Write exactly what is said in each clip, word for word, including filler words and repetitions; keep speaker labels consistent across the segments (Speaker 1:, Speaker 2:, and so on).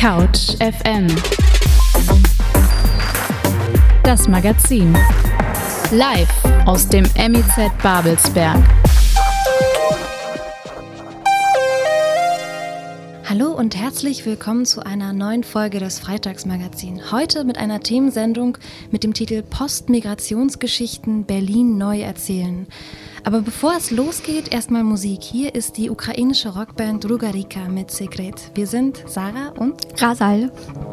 Speaker 1: Couch F M. Das Magazin. Live aus dem M I Z Babelsberg.
Speaker 2: Hallo und herzlich willkommen zu einer neuen Folge des Freitagsmagazin. Heute mit einer Themensendung mit dem Titel Postmigrationsgeschichten Berlin neu erzählen. Aber bevor es losgeht, erstmal Musik. Hier ist die ukrainische Rockband Rugarika mit Sekret. Wir sind Sarah und
Speaker 3: Rasal.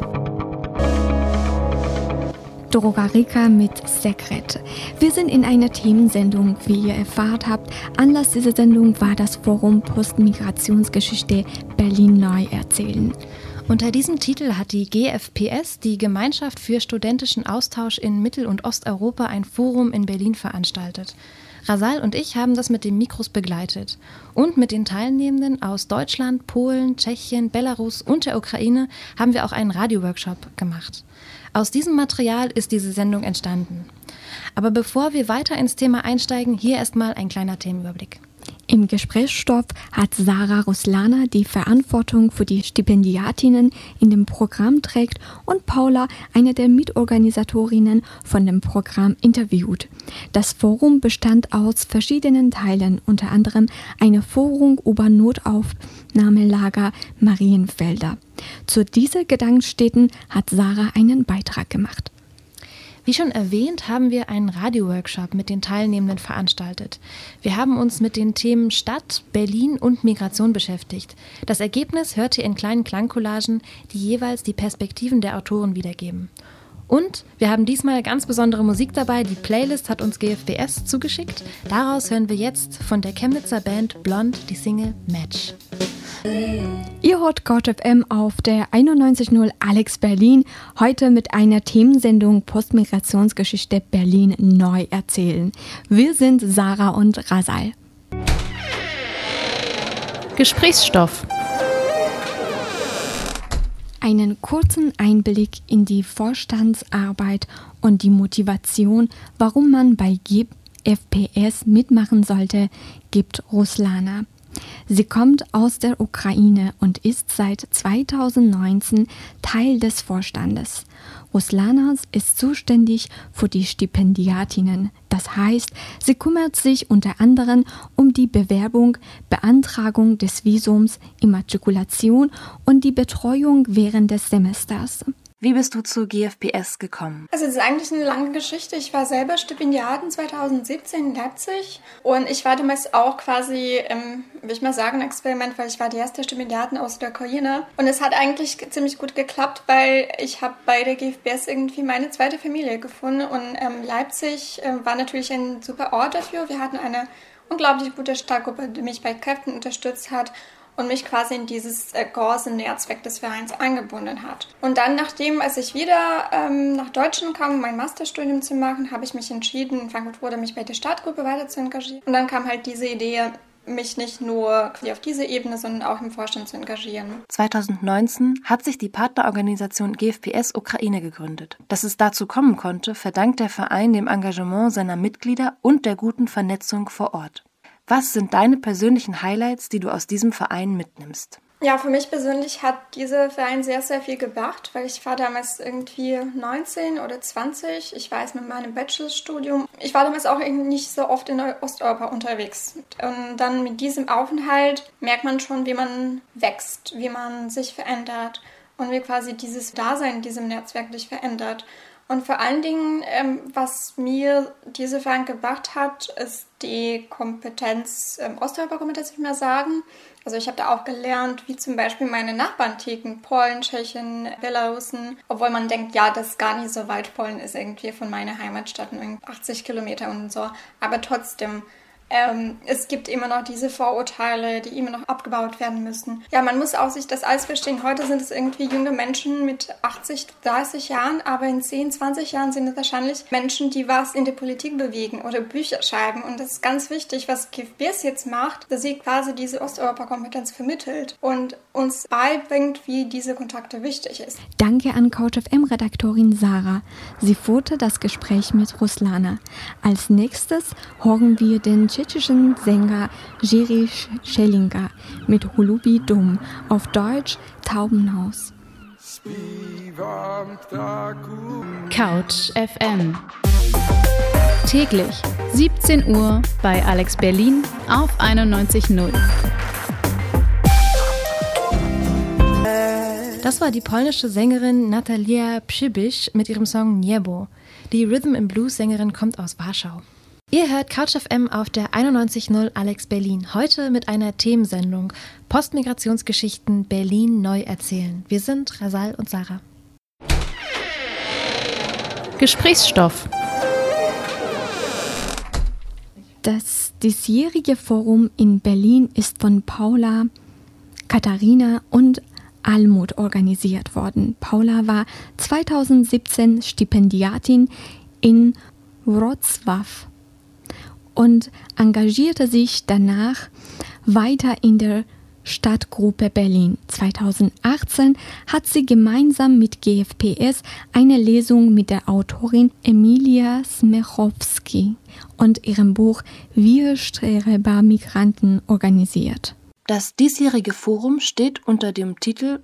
Speaker 3: Rugarika mit Sekret. Wir sind in einer Themensendung, wie ihr erfahren habt. Anlass dieser Sendung war das Forum Postmigrationsgeschichte Berlin neu erzählen.
Speaker 2: Unter diesem Titel hat die G F P S, die Gemeinschaft für studentischen Austausch in Mittel- und Osteuropa, ein Forum in Berlin veranstaltet. Rasal und ich haben das mit den Mikros begleitet. Und mit den Teilnehmenden aus Deutschland, Polen, Tschechien, Belarus und der Ukraine haben wir auch einen Radioworkshop gemacht. Aus diesem Material ist diese Sendung entstanden. Aber bevor wir weiter ins Thema einsteigen, hier erstmal ein kleiner Themenüberblick.
Speaker 3: Im Gesprächsstoff hat Sarah Ruslana die Verantwortung für die Stipendiatinnen in dem Programm trägt und Paula, eine der Mitorganisatorinnen von dem Programm, interviewt. Das Forum bestand aus verschiedenen Teilen, unter anderem eine Führung über Notaufnahmelager Marienfelder. Zu diesen Gedenkstätten hat Sarah einen Beitrag gemacht.
Speaker 2: Wie schon erwähnt, haben wir einen Radioworkshop mit den Teilnehmenden veranstaltet. Wir haben uns mit den Themen Stadt, Berlin und Migration beschäftigt. Das Ergebnis hört ihr in kleinen Klangcollagen, die jeweils die Perspektiven der Autoren wiedergeben. Und wir haben diesmal ganz besondere Musik dabei. Die Playlist hat uns G F P S zugeschickt. Daraus hören wir jetzt von der Chemnitzer Band Blond die Single Match.
Speaker 3: Ihr hört Couch F M auf der einundneunzig Komma null Alex Berlin, heute mit einer Themensendung Postmigrationsgeschichte Berlin neu erzählen. Wir sind Sarah und Rasal.
Speaker 1: Gesprächsstoff.
Speaker 3: Einen kurzen Einblick in die Vorstandsarbeit und die Motivation, warum man bei G F P S mitmachen sollte, gibt Ruslana. Sie kommt aus der Ukraine und ist seit zweitausendneunzehn Teil des Vorstandes. Ruslana ist zuständig für die Stipendiatinnen. Das heißt, sie kümmert sich unter anderem um die Bewerbung, Beantragung des Visums, Immatrikulation und die Betreuung während des Semesters.
Speaker 2: Wie bist du zu G F P S gekommen?
Speaker 4: Also es ist eigentlich eine lange Geschichte. Ich war selber Stipendiatin zweitausendsiebzehn in Leipzig und ich war damals auch quasi, ähm, will ich mal sagen, ein Experiment, weil ich war die erste Stipendiatin aus der Ukraine und es hat eigentlich ziemlich gut geklappt, weil ich habe bei der G F P S irgendwie meine zweite Familie gefunden und ähm, Leipzig äh, war natürlich ein super Ort dafür. Wir hatten eine unglaublich gute Startgruppe, die mich bei Kräften unterstützt hat und mich quasi in dieses äh, große Netzwerk des Vereins eingebunden hat. Und dann, nachdem, als ich wieder ähm, nach Deutschland kam, um mein Masterstudium zu machen, habe ich mich entschieden, in Frankfurt wurde mich bei der Startgruppe weiter zu engagieren. Und dann kam halt diese Idee, mich nicht nur auf diese Ebene, sondern auch im Vorstand zu engagieren.
Speaker 2: zweitausendneunzehn hat sich die Partnerorganisation G F P S Ukraine gegründet. Dass es dazu kommen konnte, verdankt der Verein dem Engagement seiner Mitglieder und der guten Vernetzung vor Ort. Was sind deine persönlichen Highlights, die du aus diesem Verein mitnimmst?
Speaker 4: Ja, für mich persönlich hat dieser Verein sehr, sehr viel gebracht, weil ich war damals irgendwie neunzehn oder zwanzig. Ich weiß, mit meinem Bachelorstudium. Ich war damals auch irgendwie nicht so oft in Osteuropa unterwegs. Und dann mit diesem Aufenthalt merkt man schon, wie man wächst, wie man sich verändert und wie quasi dieses Dasein in diesem Netzwerk sich verändert. Und vor allen Dingen, ähm, was mir diese Verein gebracht hat, ist die Kompetenz, ähm, Osteuropa-Kompetenz, würde ich mal sagen. Also ich habe da auch gelernt, wie zum Beispiel meine Nachbarn ticken, Polen, Tschechien, Belarusen. Obwohl man denkt, ja, das ist gar nicht so weit. Polen ist irgendwie von meiner Heimatstadt achtzig Kilometer und so. Aber trotzdem, Ähm, es gibt immer noch diese Vorurteile, die immer noch abgebaut werden müssen. Ja, man muss auch sich das alles verstehen. Heute sind es irgendwie junge Menschen mit achtzig, dreißig Jahren, aber in zehn, zwanzig Jahren sind es wahrscheinlich Menschen, die was in der Politik bewegen oder Bücher schreiben. Und das ist ganz wichtig, was G F P S jetzt macht, dass sie quasi diese Osteuropa-Kompetenz vermittelt und uns beibringt, wie diese Kontakte wichtig ist.
Speaker 3: Danke an Couch F M-Redaktorin Sarah. Sie führte das Gespräch mit Ruslana. Als nächstes hören wir den tschechischen Sänger Jiří Šelinga mit Holuby Dům, auf Deutsch Taubenhaus.
Speaker 1: Couch F M. Täglich siebzehn Uhr bei Alex Berlin auf einundneunzig Komma null.
Speaker 2: Das war die polnische Sängerin Natalia Przybysz mit ihrem Song Niebo. Die Rhythm and Blues Sängerin kommt aus Warschau. Ihr hört Couch F M auf der einundneunzig Komma null Alex Berlin. Heute mit einer Themensendung Postmigrationsgeschichten Berlin neu erzählen. Wir sind Rasal und Sarah.
Speaker 1: Gesprächsstoff.
Speaker 3: Das diesjährige Forum in Berlin ist von Paula, Katharina und Almut organisiert worden. Paula war zweitausendsiebzehn Stipendiatin in Wrocław und engagierte sich danach weiter in der Stadtgruppe Berlin. zweitausendachtzehn hat sie gemeinsam mit G F P S eine Lesung mit der Autorin Emilia Smechowski und ihrem Buch Wir Streber-Migranten organisiert.
Speaker 2: Das diesjährige Forum steht unter dem Titel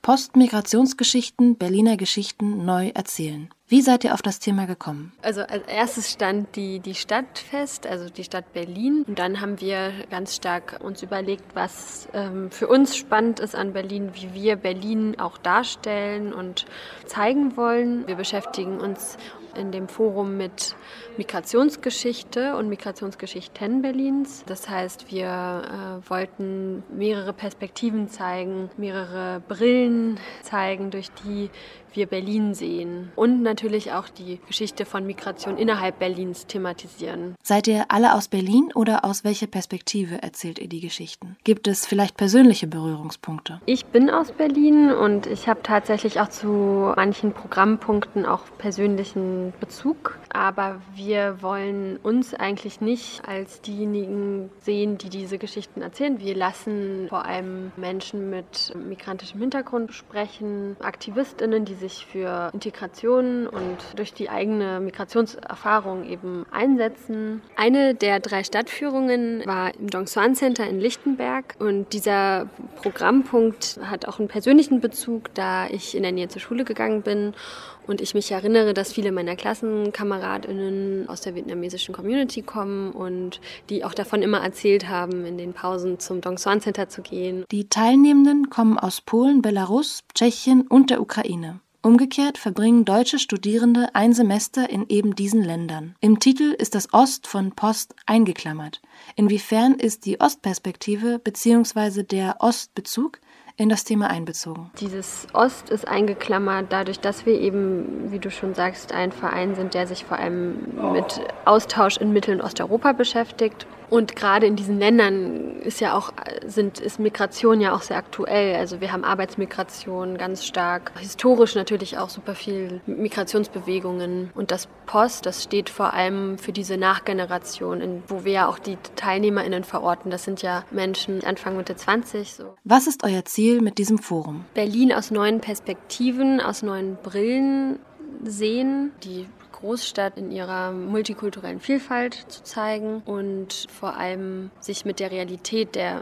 Speaker 2: Postmigrationsgeschichten Berliner Geschichten neu erzählen. Wie seid ihr auf das Thema gekommen?
Speaker 5: Also als erstes stand die, die Stadt fest, also die Stadt Berlin. Und dann haben wir ganz stark uns überlegt, was ähm, für uns spannend ist an Berlin, wie wir Berlin auch darstellen und zeigen wollen. Wir beschäftigen uns in dem Forum mit Migrationsgeschichte und Migrationsgeschichten Berlins. Das heißt, wir äh, wollten mehrere Perspektiven zeigen, mehrere Brillen zeigen, durch die wir Berlin sehen. Und natürlich auch die Geschichte von Migration innerhalb Berlins thematisieren.
Speaker 2: Seid ihr alle aus Berlin oder aus welcher Perspektive erzählt ihr die Geschichten? Gibt es vielleicht persönliche Berührungspunkte?
Speaker 5: Ich bin aus Berlin und ich habe tatsächlich auch zu manchen Programmpunkten auch persönlichen Bezug. Aber wir wollen uns eigentlich nicht als diejenigen sehen, die diese Geschichten erzählen. Wir lassen vor allem Menschen mit migrantischem Hintergrund sprechen, AktivistInnen, die sich für Integration und durch die eigene Migrationserfahrung eben einsetzen. Eine der drei Stadtführungen war im Dongsuan Center in Lichtenberg und dieser Programmpunkt hat auch einen persönlichen Bezug, da ich in der Nähe zur Schule gegangen bin und ich mich erinnere, dass viele meiner KlassenkameradInnen aus der vietnamesischen Community kommen und die auch davon immer erzählt haben, in den Pausen zum Dongsuan Center zu gehen.
Speaker 2: Die Teilnehmenden kommen aus Polen, Belarus, Tschechien und der Ukraine. Umgekehrt verbringen deutsche Studierende ein Semester in eben diesen Ländern. Im Titel ist das Ost von Post eingeklammert. Inwiefern ist die Ostperspektive bzw. der Ostbezug in das Thema einbezogen?
Speaker 5: Dieses Ost ist eingeklammert dadurch, dass wir eben, wie du schon sagst, ein Verein sind, der sich vor allem mit Austausch in Mittel- und Osteuropa beschäftigt. Und gerade in diesen Ländern ist ja auch, sind, ist Migration ja auch sehr aktuell. Also wir haben Arbeitsmigration ganz stark, historisch natürlich auch super viel Migrationsbewegungen. Und das Post, das steht vor allem für diese Nachgeneration, in, wo wir ja auch die TeilnehmerInnen verorten. Das sind ja Menschen Anfang Mitte zwanzig. So.
Speaker 2: Was ist euer Ziel mit diesem Forum?
Speaker 5: Berlin aus neuen Perspektiven, aus neuen Brillen sehen, die Großstadt in ihrer multikulturellen Vielfalt zu zeigen und vor allem sich mit der Realität der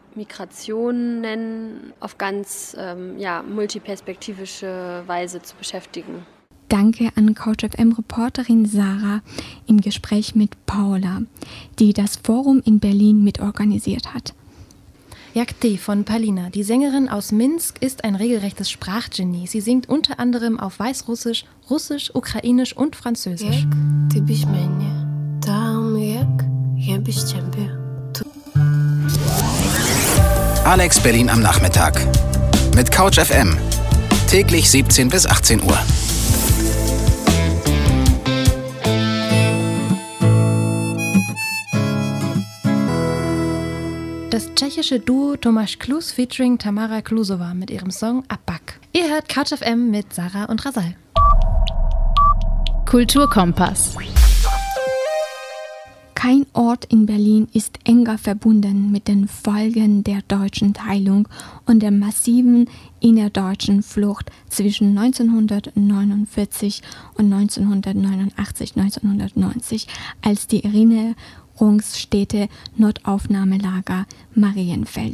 Speaker 5: Migrationen auf ganz ähm, ja, multiperspektivische Weise zu beschäftigen.
Speaker 3: Danke an Couch F M-Reporterin Sarah im Gespräch mit Paula, die das Forum in Berlin mitorganisiert hat.
Speaker 2: Yakti von Palina, die Sängerin aus Minsk, ist ein regelrechtes Sprachgenie. Sie singt unter anderem auf Weißrussisch, Russisch, Ukrainisch und Französisch.
Speaker 6: Alex Berlin am Nachmittag mit Couch F M. Täglich siebzehn bis achtzehn Uhr.
Speaker 2: Das tschechische Duo Tomáš Klus featuring Tamara Klusová mit ihrem Song Abak. Ihr hört Couch F M mit Sarah und Rasal.
Speaker 1: Kulturkompass.
Speaker 3: Kein Ort in Berlin ist enger verbunden mit den Folgen der deutschen Teilung und der massiven innerdeutschen Flucht zwischen neunzehnhundertneunundvierzig und neunzehnhundertneunundachtzig neunzehnhundertneunzig als die Erinnerungsstätte Notaufnahmelager Marienfelde.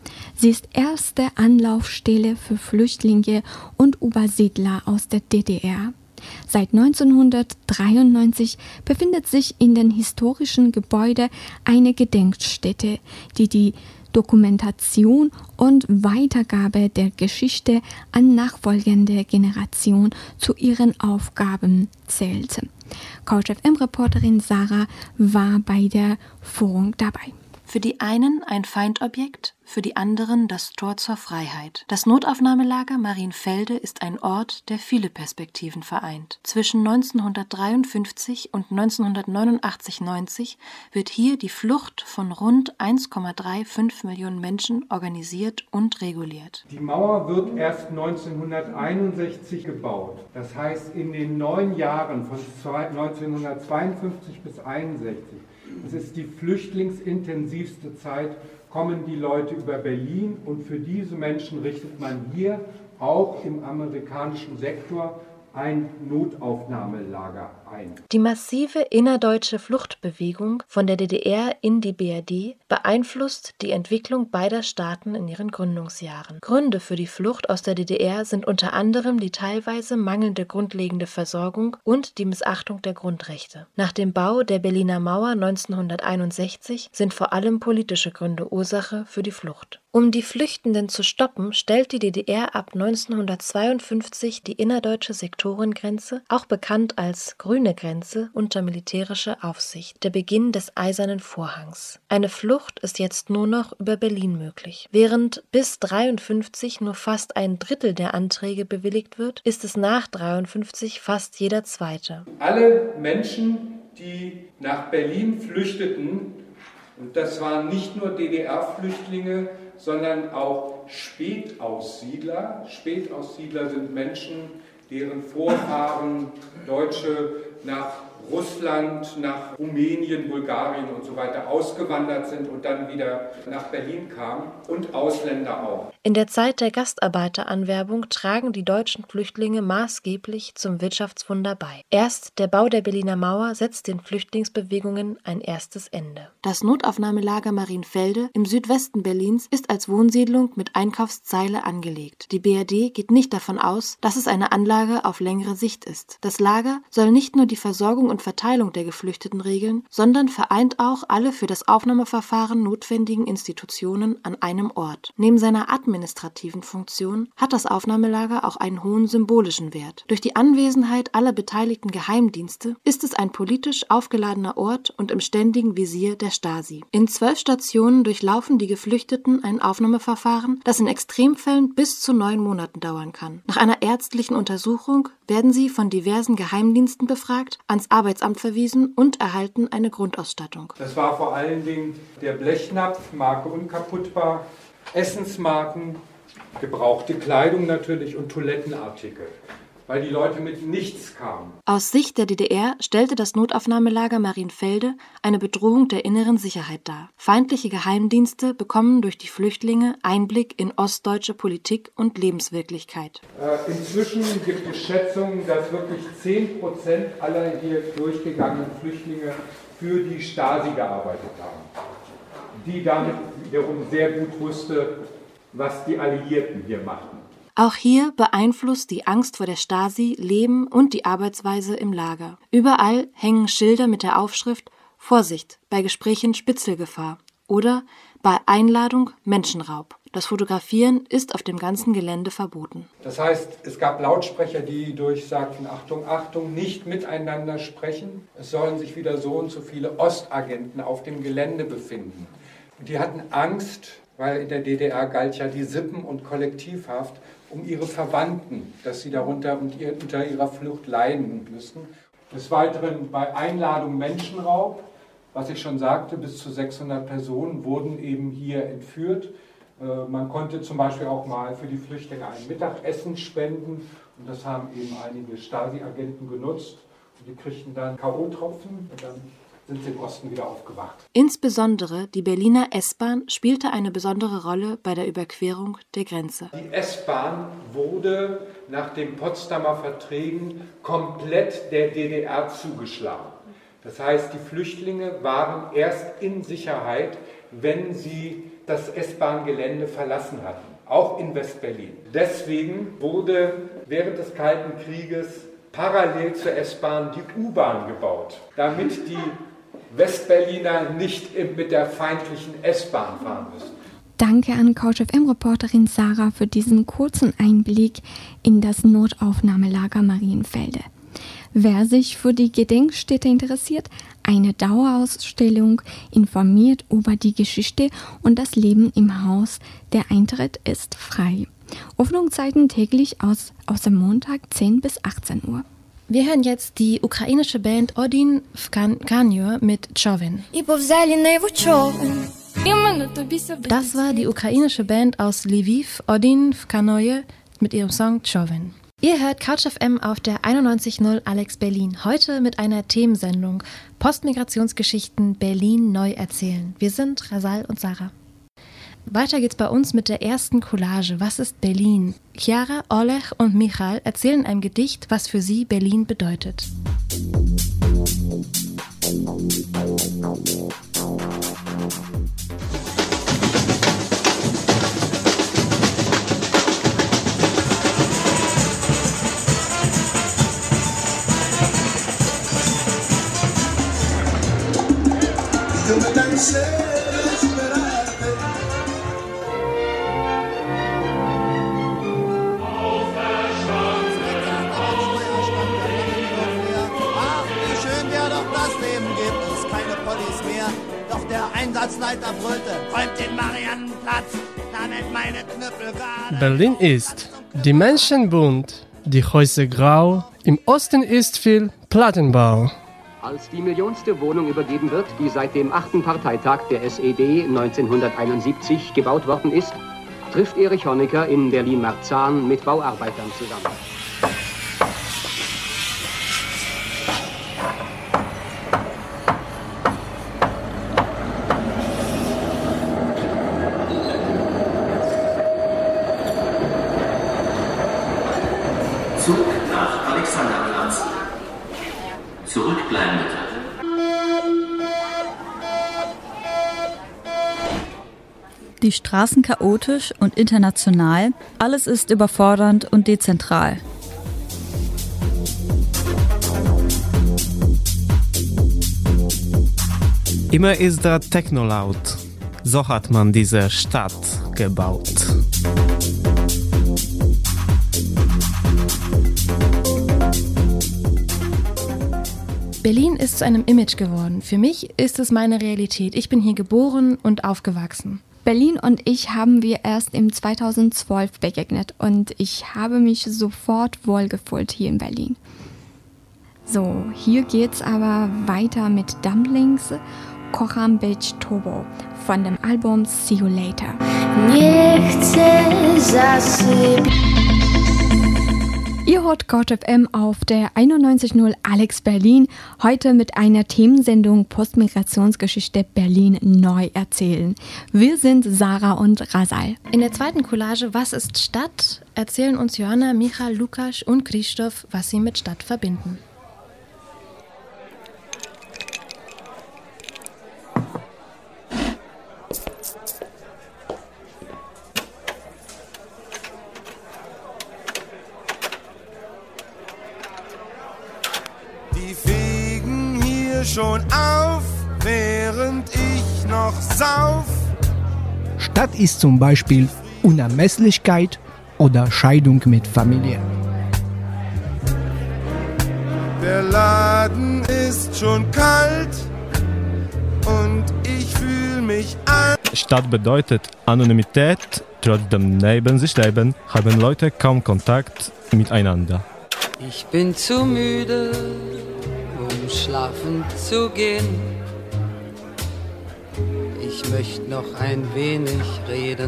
Speaker 3: Sie ist erste Anlaufstelle für Flüchtlinge und Übersiedler aus der D D R. Seit neunzehnhundertdreiundneunzig befindet sich in dem historischen Gebäude eine Gedenkstätte, die die Dokumentation und Weitergabe der Geschichte an nachfolgende Generationen zu ihren Aufgaben zählte. Couch F M-Reporterin Sarah war bei der Führung dabei.
Speaker 2: Für die einen ein Feindobjekt, für die anderen das Tor zur Freiheit. Das Notaufnahmelager Marienfelde ist ein Ort, der viele Perspektiven vereint. Zwischen neunzehnhundertdreiundfünfzig und neunzehnhundertneunundachtzig neunzig wird hier die Flucht von rund eins Komma fünfunddreißig Millionen Menschen organisiert und reguliert.
Speaker 7: Die Mauer wird erst neunzehnhunderteinundsechzig gebaut. Das heißt, in den neun Jahren von neunzehnhundertzweiundfünfzig bis einundsechzig, das ist die flüchtlingsintensivste Zeit, kommen die Leute über Berlin und für diese Menschen richtet man hier auch im amerikanischen Sektor ein Notaufnahmelager ein.
Speaker 2: Die massive innerdeutsche Fluchtbewegung von der D D R in die B R D beeinflusst die Entwicklung beider Staaten in ihren Gründungsjahren. Gründe für die Flucht aus der D D R sind unter anderem die teilweise mangelnde grundlegende Versorgung und die Missachtung der Grundrechte. Nach dem Bau der Berliner Mauer neunzehnhunderteinundsechzig sind vor allem politische Gründe Ursache für die Flucht. Um die Flüchtenden zu stoppen, stellt die D D R ab neunzehnhundertzweiundfünfzig die innerdeutsche Sektorengrenze, auch bekannt als Grüne Grenze, unter militärische Aufsicht, der Beginn des Eisernen Vorhangs. Eine Flucht ist jetzt nur noch über Berlin möglich. Während bis dreiundfünfzig nur fast ein Drittel der Anträge bewilligt wird, ist es nach dreiundfünfzig fast jeder zweite.
Speaker 7: Alle Menschen, die nach Berlin flüchteten, und das waren nicht nur D D R-Flüchtlinge, sondern auch Spätaussiedler. Spätaussiedler sind Menschen, deren Vorfahren Deutsche nach Russland, nach Rumänien, Bulgarien und so weiter ausgewandert sind und dann wieder nach Berlin kamen und Ausländer auch.
Speaker 2: In der Zeit der Gastarbeiteranwerbung tragen die deutschen Flüchtlinge maßgeblich zum Wirtschaftswunder bei. Erst der Bau der Berliner Mauer setzt den Flüchtlingsbewegungen ein erstes Ende. Das Notaufnahmelager Marienfelde im Südwesten Berlins ist als Wohnsiedlung mit Einkaufszeile angelegt. Die B R D geht nicht davon aus, dass es eine Anlage auf längere Sicht ist. Das Lager soll nicht nur die Versorgung und Verteilung der Geflüchteten regeln, sondern vereint auch alle für das Aufnahmeverfahren notwendigen Institutionen an einem Ort. Neben seiner administrativen Funktion hat das Aufnahmelager auch einen hohen symbolischen Wert. Durch die Anwesenheit aller beteiligten Geheimdienste ist es ein politisch aufgeladener Ort und im ständigen Visier der Stasi. In zwölf Stationen durchlaufen die Geflüchteten ein Aufnahmeverfahren, das in Extremfällen bis zu neun Monaten dauern kann. Nach einer ärztlichen Untersuchung werden sie von diversen Geheimdiensten befragt, ans Arbeitsamt verwiesen und erhalten eine Grundausstattung.
Speaker 7: Das war vor allen Dingen der Blechnapf, Marke unkaputtbar, Essensmarken, gebrauchte Kleidung natürlich und Toilettenartikel, weil die Leute mit nichts kamen.
Speaker 2: Aus Sicht der D D R stellte das Notaufnahmelager Marienfelde eine Bedrohung der inneren Sicherheit dar. Feindliche Geheimdienste bekommen durch die Flüchtlinge Einblick in ostdeutsche Politik und Lebenswirklichkeit.
Speaker 7: Äh, inzwischen gibt es Schätzungen, dass wirklich zehn Prozent aller hier durchgegangenen Flüchtlinge für die Stasi gearbeitet haben, die damit wiederum sehr gut wusste, was die Alliierten hier machten.
Speaker 2: Auch hier beeinflusst die Angst vor der Stasi Leben und die Arbeitsweise im Lager. Überall hängen Schilder mit der Aufschrift »Vorsicht, bei Gesprächen Spitzelgefahr« oder »Bei Einladung Menschenraub«. Das Fotografieren ist auf dem ganzen Gelände verboten.
Speaker 7: Das heißt, es gab Lautsprecher, die durchsagten, Achtung, Achtung, nicht miteinander sprechen. Es sollen sich wieder so und so viele Ostagenten auf dem Gelände befinden. Und die hatten Angst, weil in der D D R galt ja die Sippen- und Kollektivhaft, um ihre Verwandten, dass sie darunter und ihr, unter ihrer Flucht leiden müssen. Des Weiteren bei Einladung Menschenraub, was ich schon sagte, bis zu sechshundert Personen wurden eben hier entführt. Äh, man konnte zum Beispiel auch mal für die Flüchtlinge ein Mittagessen spenden und das haben eben einige Stasi-Agenten genutzt. Und die kriegten dann K O-Tropfen und dann sind sie im Osten wieder aufgewacht.
Speaker 2: Insbesondere die Berliner S-Bahn spielte eine besondere Rolle bei der Überquerung der Grenze.
Speaker 7: Die S-Bahn wurde nach den Potsdamer Verträgen komplett der D D R zugeschlagen. Das heißt, die Flüchtlinge waren erst in Sicherheit, wenn sie das S-Bahn-Gelände verlassen hatten, auch in West-Berlin. Deswegen wurde während des Kalten Krieges parallel zur S-Bahn die U-Bahn gebaut, damit die Westberliner nicht mit der feindlichen S-Bahn fahren müssen.
Speaker 3: Danke an Couch F M-Reporterin Sarah für diesen kurzen Einblick in das Notaufnahmelager Marienfelde. Wer sich für die Gedenkstätte interessiert, eine Dauerausstellung informiert über die Geschichte und das Leben im Haus. Der Eintritt ist frei. Öffnungszeiten täglich aus, außer Montag zehn bis achtzehn Uhr.
Speaker 2: Wir hören jetzt die ukrainische Band Odin Vkanyo mit Човен. Das war die ukrainische Band aus Lviv, Odin Vkanyo, mit ihrem Song Човен. Ihr hört Couch F M auf der einundneunzig Komma null Alex Berlin. Heute mit einer Themensendung Postmigrationsgeschichten Berlin neu erzählen. Wir sind Rasal und Sarah. Weiter geht's bei uns mit der ersten Collage. Was ist Berlin? Chiara, Oleg und Michal erzählen in einem Gedicht, was für sie Berlin bedeutet.
Speaker 8: Einsatzleiter brüllte, räumt den Mariannenplatz, damit meine Knüppel gerade...
Speaker 9: Berlin ist die Menschen bunt, die Häuser grau, im Osten ist viel Plattenbau.
Speaker 10: Als die millionste Wohnung übergeben wird, die seit dem achten Parteitag der S E D neunzehnhunderteinundsiebzig gebaut worden ist, trifft Erich Honecker in Berlin-Marzahn mit Bauarbeitern zusammen.
Speaker 11: Zug nach Alexanderplatz. Zurückbleiben bitte.
Speaker 12: Die Straßen chaotisch und international, alles ist überfordernd und dezentral.
Speaker 9: Immer ist da Techno laut. So hat man diese Stadt gebaut.
Speaker 2: Berlin ist zu einem Image geworden. Für mich ist es meine Realität. Ich bin hier geboren und aufgewachsen.
Speaker 3: Berlin und ich haben wir erst im zweitausendzwölf begegnet und ich habe mich sofort wohlgefühlt hier in Berlin. So, hier geht's aber weiter mit Dumplings, Kocham Beach Tobo von dem Album See You Later. Ihr hört Couch F M auf der einundneunzig Komma null Alex Berlin, heute mit einer Themensendung Postmigrationsgeschichte Berlin neu erzählen. Wir sind Sarah und Rasal.
Speaker 2: In der zweiten Collage Was ist Stadt? Erzählen uns Johanna, Michal, Lukas und Christoph, was sie mit Stadt verbinden.
Speaker 13: Schon auf, während ich noch sauf.
Speaker 14: Stadt ist zum Beispiel Unermesslichkeit oder Scheidung mit Familie.
Speaker 13: Der Laden ist schon kalt und ich fühle mich an.
Speaker 9: Stadt bedeutet Anonymität, trotzdem neben sich leben, haben Leute kaum Kontakt miteinander.
Speaker 15: Ich bin zu müde, um schlafen zu gehen. Ich möchte noch ein wenig reden.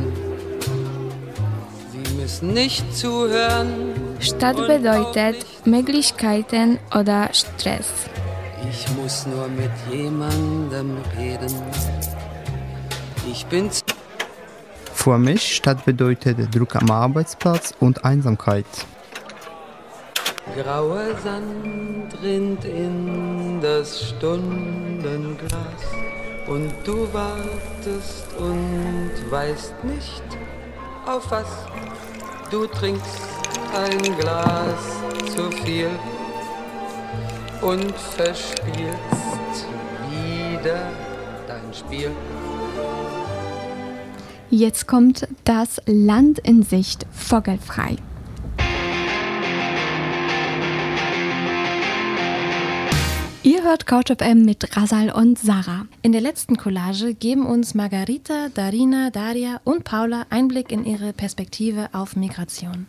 Speaker 15: Sie müssen nicht zuhören.
Speaker 16: Stadt bedeutet Möglichkeiten oder Stress.
Speaker 15: Ich muss nur mit jemandem reden. Ich bin zu
Speaker 17: Für mich Stadt bedeutet Druck am Arbeitsplatz und Einsamkeit.
Speaker 15: Grauer Sand rinnt in das Stundenglas. Und du wartest und weißt nicht, auf was. Du trinkst ein Glas zu viel und verspielst wieder dein Spiel.
Speaker 3: Jetzt kommt das Land in Sicht vogelfrei. Ihr hört Couch F M mit Rasal und Sarah.
Speaker 2: In der letzten Collage geben uns Margarita, Darina, Daria und Paula Einblick in ihre Perspektive auf Migration.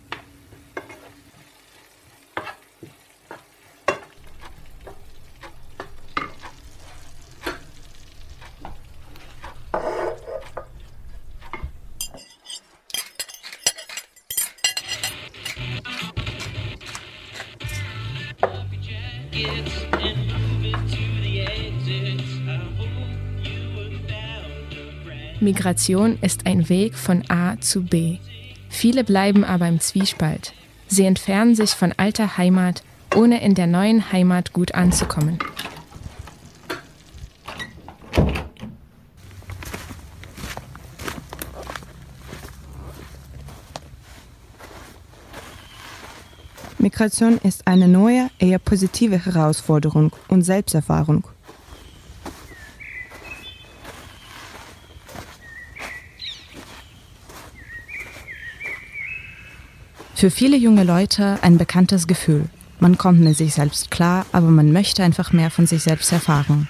Speaker 2: Migration ist ein Weg von A zu B. Viele bleiben aber im Zwiespalt. Sie entfernen sich von alter Heimat, ohne in der neuen Heimat gut anzukommen.
Speaker 18: Migration ist eine neue, eher positive Herausforderung und Selbsterfahrung.
Speaker 19: Für viele junge Leute ein bekanntes Gefühl. Man kommt mit sich selbst klar, aber man möchte einfach mehr von sich selbst erfahren.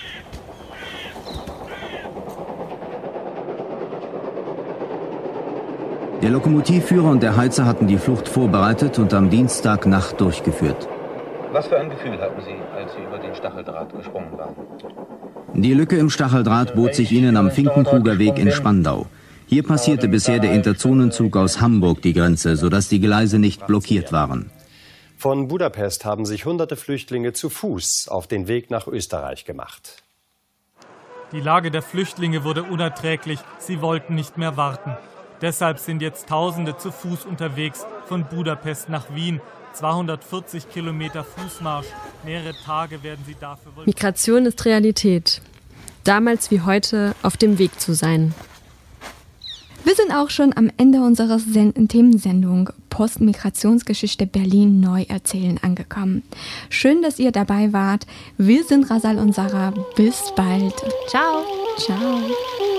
Speaker 20: Der Lokomotivführer und der Heizer hatten die Flucht vorbereitet und am Dienstagnacht durchgeführt.
Speaker 21: Was für ein Gefühl hatten Sie, als Sie über den Stacheldraht gesprungen waren?
Speaker 20: Die Lücke im Stacheldraht bot sich Ihnen am Finkenkruger Weg in Spandau. Hier passierte bisher der Interzonenzug aus Hamburg die Grenze, sodass die Gleise nicht blockiert waren.
Speaker 22: Von Budapest haben sich hunderte Flüchtlinge zu Fuß auf den Weg nach Österreich gemacht.
Speaker 23: Die Lage der Flüchtlinge wurde unerträglich, sie wollten nicht mehr warten. Deshalb sind jetzt Tausende zu Fuß unterwegs von Budapest nach Wien. zweihundertvierzig Kilometer Fußmarsch, mehrere Tage werden sie dafür...
Speaker 5: Migration ist Realität. Damals wie heute auf dem Weg zu sein.
Speaker 3: Wir sind auch schon am Ende unserer Sen- Themensendung Postmigrationsgeschichte Berlin neu erzählen angekommen. Schön, dass ihr dabei wart. Wir sind Rasal und Sarah. Bis bald.
Speaker 2: Ciao.
Speaker 3: Ciao.